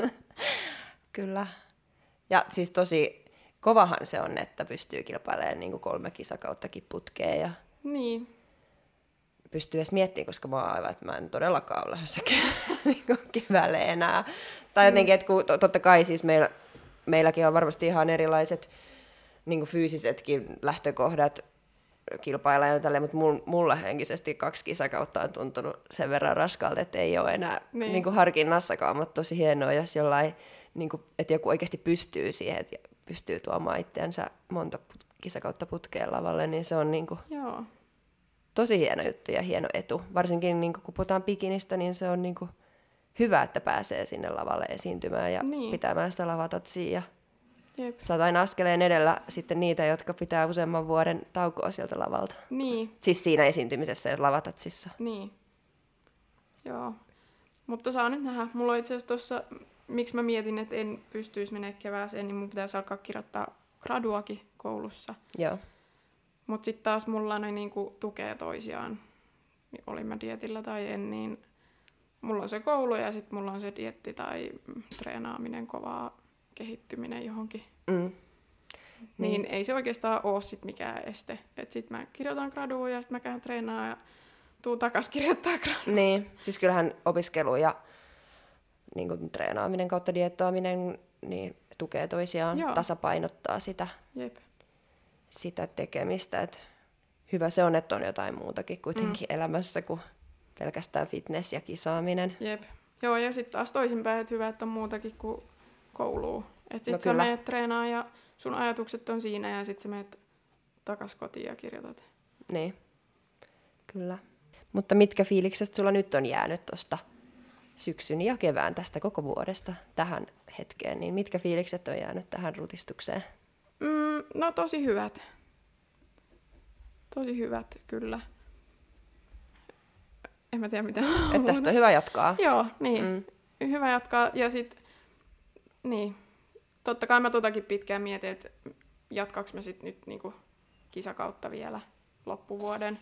Kyllä. Ja siis tosi kovahan se on, että pystyy kilpailemaan niin kuin kolme kisakauttakin putkeen ja Niin. pystyy edes miettimään, koska mä oon aivan, että mä en todellakaan ole lähdössä ke- niin kuin keväälle enää. Tai jotenkin, että kun, totta kai siis meillä, meilläkin on varmasti ihan erilaiset niin kuin fyysisetkin lähtökohdat kilpailla ja tälleen, mutta mulla henkisesti kaksi kisakautta on tuntunut sen verran raskaalta, että ei ole enää Niin. niin kuin harkinnassakaan, mutta tosi hienoa, jos jollain, niin kuin, että joku oikeasti pystyy siihen, että pystyy tuomaan itseänsä monta put- kisakautta putkeen lavalle, niin se on niin kuin Joo. tosi hieno juttu ja hieno etu. Varsinkin niin kuin, kun puhutaan bikinistä, niin se on niin kuin hyvä, että pääsee sinne lavalle esiintymään ja Niin. pitämään sitä lavatatsia. Ja Jep. sä oot aina askeleen edellä sitten niitä, jotka pitää useamman vuoden taukoa sieltä lavalta. Niin. Siis siinä esiintymisessä ja lavatatsissa. Niin. Joo. Mutta saa nyt nähdä. Mulla on itse asiassa tuossa, miksi mä mietin, että en pystyisi menemään kevääseen, niin mun pitäisi alkaa kirjoittaa graduakin koulussa. Joo. Mutta sitten taas mulla ne niinku tukee toisiaan. Niin olin mä dietillä tai en, niin mulla on se koulu ja sitten mulla on se dietti tai treenaaminen, kovaa kehittyminen johonkin. Mm. Niin, niin ei se oikeastaan ole sit mikään este. Että sit mä kirjoitan graduun ja sit mä käyn treenaamaan ja tuun takas kirjoittaa graduun. Niin, siis kyllähän opiskelu ja niin kuin treenaaminen kautta dieettaaminen niin tukee toisiaan, Joo. tasapainottaa sitä, Jep. sitä tekemistä. Et hyvä se on, että on jotain muutakin kuitenkin mm. elämässä kuin pelkästään fitness ja kisaaminen. Jep. Joo, ja sitten taas toisinpäin, että hyvä, että on muutakin kuin koulua. Että sit No sä kyllä. menet treenaamaan ja sun ajatukset on siinä ja sit sä menet takas kotiin ja kirjoitat. Niin, kyllä. Mutta mitkä fiilikset sulla nyt on jäänyt tuosta syksyn ja kevään tästä koko vuodesta tähän hetkeen, niin mitkä fiilikset on jäänyt tähän rutistukseen? Mm, no tosi hyvät. Tosi hyvät, kyllä. En mä tiedä mitä. Että tästä on hyvä jatkaa. Joo, niin. Mm. Hyvä jatkaa. Ja sit, niin. Totta kai mä totakin pitkään mietin, että jatkaaks mä sit nyt niinku kisakautta vielä loppuvuoden.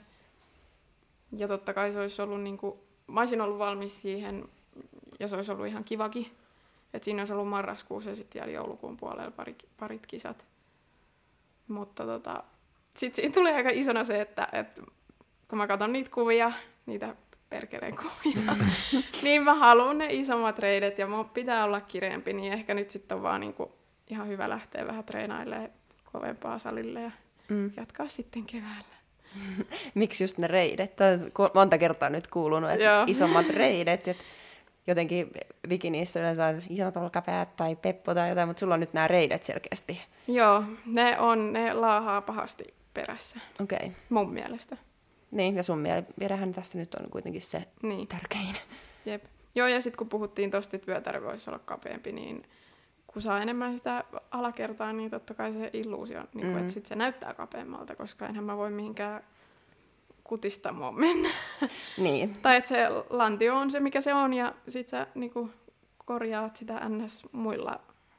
Ja totta kai se olisi ollut niinku, mä olisin ollut valmis siihen, ja se olisi ollut ihan kivakin. Että siinä olisi ollut marraskuussa ja sitten vielä joulukuun puolella pari, parit kisat. Mutta tota, sitten siinä tulee aika isona se, että, että kun mä katson niitä kuvia, niitä perkeleen kuvia, niin mä haluan ne isommat reidet ja mun pitää olla kireempi, niin ehkä nyt sitten on vaan niinku ihan hyvä lähteä vähän treenailemaan kovempaa salille ja Mm. jatkaa sitten keväällä. Miksi just ne reidet? Tämä on ku- monta kertaa nyt kuulunut, että Joo. isommat reidet. Että jotenkin bikinissä yleensä on isot olkapäät tai peppo tai jotain, mutta sulla on nyt nämä reidet selkeästi. Joo, ne on, ne laahaa pahasti perässä, Okei. Okay. mun mielestä. Niin, ja sun mielestähän tässä nyt on kuitenkin se Niin. tärkein. Jep. Joo, ja sitten kun puhuttiin tosta, että vyötärö voisi olla kapeampi, niin kun saa enemmän sitä alakertaa, niin totta kai se illuusio, niin Mm. mm. että sit se näyttää kapeammalta, koska enhän mä voi mihinkään kutistamoon mennä. Niin. Tai että se lantio on se, mikä se on, ja sit sä niinku korjaat sitä ns. muilla,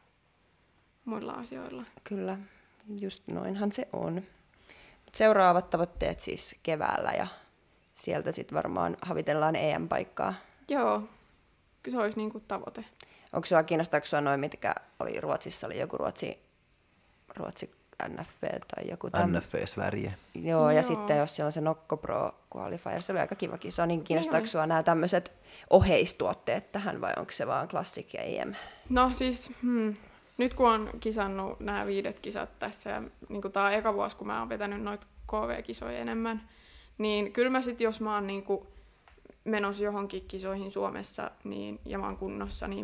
muilla asioilla. Kyllä, just noinhan se on. Seuraavat tavoitteet siis keväällä ja sieltä sitten varmaan havitellaan E M-paikkaa. Joo, kyllä se olisi niinku tavoite. Onko sinua kiinnostaako sinua noin, mitkä oli Ruotsissa, oli joku Ruotsi, Ruotsi N F V tai joku N F V Sverige. Joo, ja Joo. sitten jos siellä on se Nokko Pro Qualifier, se oli aika kiva kisa, niin kiinnostaako Niin sinua nämä tämmöiset oheistuotteet tähän vai onko se vaan Classic ja E M? No siis, hmm, nyt kun on kisannut nämä viidet kisat tässä, ja niin tämä on eka vuosi, kun mä oon vetänyt noita K V-kisoja enemmän, niin kyllä mä sit, jos mä oon niin menossa johonkin kisoihin Suomessa niin, ja mä oon kunnossa, niin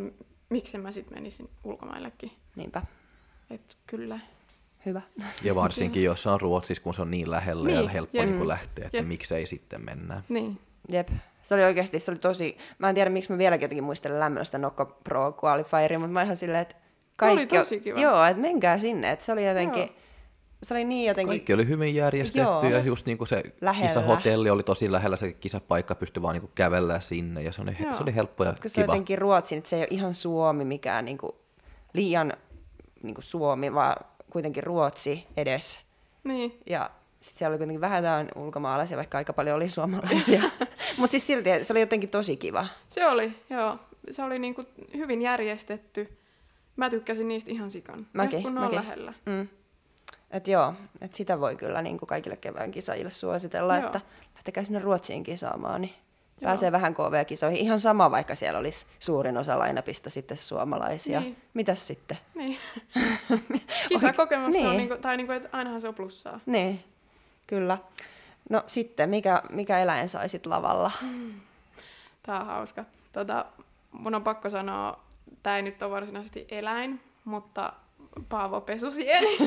miksi mä sitten menisin ulkomaillekin. Niinpä. Et kyllä. Hyvä. Ja varsinkin jos on Ruotsissa, kun se on niin lähellä Niin, ja helppo jep. niin kuin lähteä, että Jep. miksei sitten mennä. Niin. Jep. Se oli oikeasti, se oli tosi, mä en tiedä miksi mä vieläkin jotenkin muistelen lämmöllä sitä Nokko Pro Qualifieria, mutta mä ihan silleen, että kaikki... Oli tosi kiva. Joo, että menkää sinne, että se oli jotenkin, Joo. se oli niin jotenkin... Kaikki oli hyvin järjestetty Joo. ja just niin kuin se Lähellä. kisahotelli oli tosi lähellä, se kisapaikka pystyi vaan niin kuin kävellä sinne ja se oli, Joo. se oli helppo ja Sitten se on kiva. jotenkin Ruotsin, että se ei ole ihan Suomi mikään niin kuin, liian niin kuin Suomi, vaan kuitenkin Ruotsi edes. Niin. Ja sitten siellä oli kuitenkin vähän jotain ulkomaalaisia, vaikka aika paljon oli suomalaisia. Mutta siis silti se oli jotenkin tosi kiva. Se oli, joo. Se oli niinku hyvin järjestetty. Mä tykkäsin niistä ihan sikan. Mäkin, Just kun ne on mäkin. lähellä. Mm. Et joo, et sitä voi kyllä niin kuin kaikille kevään kisajille suositella, Joo. että lähtekää sinne Ruotsiin kisaamaan, niin Joo. pääsee vähän K V-kisoihin. Ihan sama, vaikka siellä olisi suurin osa lainapista sitten suomalaisia. Niin. Mitäs sitten? Niin. Kisakokemus Niin. on, niinku, tai niinku, että ainahan se on plussaa. Niin, kyllä. No sitten, mikä, mikä eläin saisit lavalla? Tää on hauska. Tota, mun on pakko sanoa, tää ei nyt ole varsinaisesti eläin, mutta Paavo Pesusieni.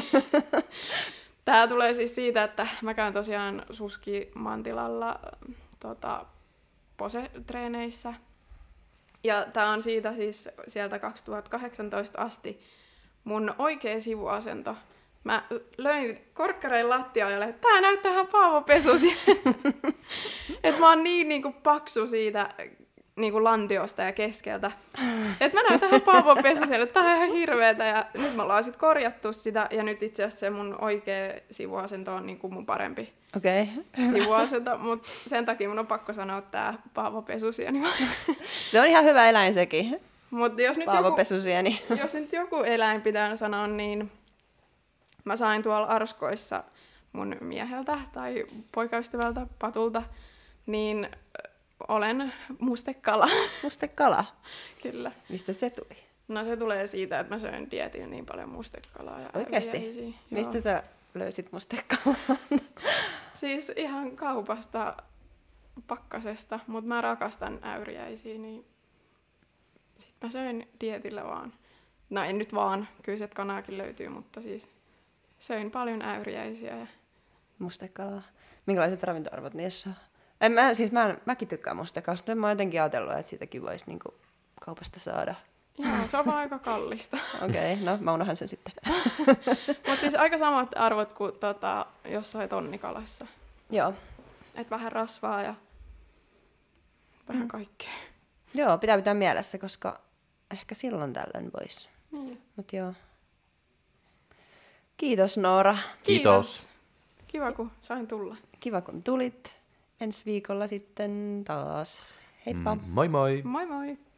Tää tulee siis siitä, että mä käyn tosiaan Suski Mantilalla tota, pose-treeneissä. Ja tää on siitä siis sieltä kaksituhattakahdeksantoista asti mun oikea sivuasento. Mä löin korkkarein lattiaan ja olin, että tää näyttää ihan Paavo Pesusieni. Et mä oon niin niinku paksu siitä niinku lantiosta ja keskeltä. Et mä näytän ihan Paavo Pesusieni, että tää on ihan hirveetä. Ja nyt me ollaan sit korjattu sitä ja nyt itse asiassa se mun oikea sivuasento on niinku mun parempi Okei. Okay. sivuasento. Mut sen takia mun on pakko sanoa tää Paavo Pesusieni. Se on ihan hyvä eläin sekin. Mut jos nyt, Paavo joku, Pesusieni. jos nyt joku eläin pitää sanoa, niin mä sain tuolla Arskoissa mun mieheltä tai poikaystävältä Patulta, niin olen mustekala. Mustekala. Kyllä. Mistä se tuli? No se tulee siitä, että mä söin dieetillä niin paljon mustekalaa ja Oikeesti? äyriäisiä. Joo. Mistä sä löysit mustekalaa? Siis ihan kaupasta, pakkasesta, mutta mä rakastan äyriäisiä, niin sit mä söin dieetillä vaan. No en nyt vaan, kyllä se kanaakin löytyy, mutta siis söin paljon äyriäisiä. Ja... Mustekalaa. Minkälaiset ravintoarvot niissä on? En, mä, siis mä, mäkin tykkään mustekalasta, mutta mä oon jotenkin ajatellut, että siitäkin voisi niinku kaupasta saada. Joo, se on vaan aika kallista. Okei, okay, no mä unohan sen sitten. Mutta siis aika samat arvot kuin tota, jossain tonnikalassa. Joo. Et vähän rasvaa ja vähän kaikkea. Joo, pitää pitää mielessä, koska ehkä silloin tällöin voisi. Niin. Mut joo. Kiitos Noora. Kiitos. Kiva, kun sain tulla. Kiva kun tulit. Ensi viikolla sitten taas. Heippa. Mm, moi moi. Moi moi!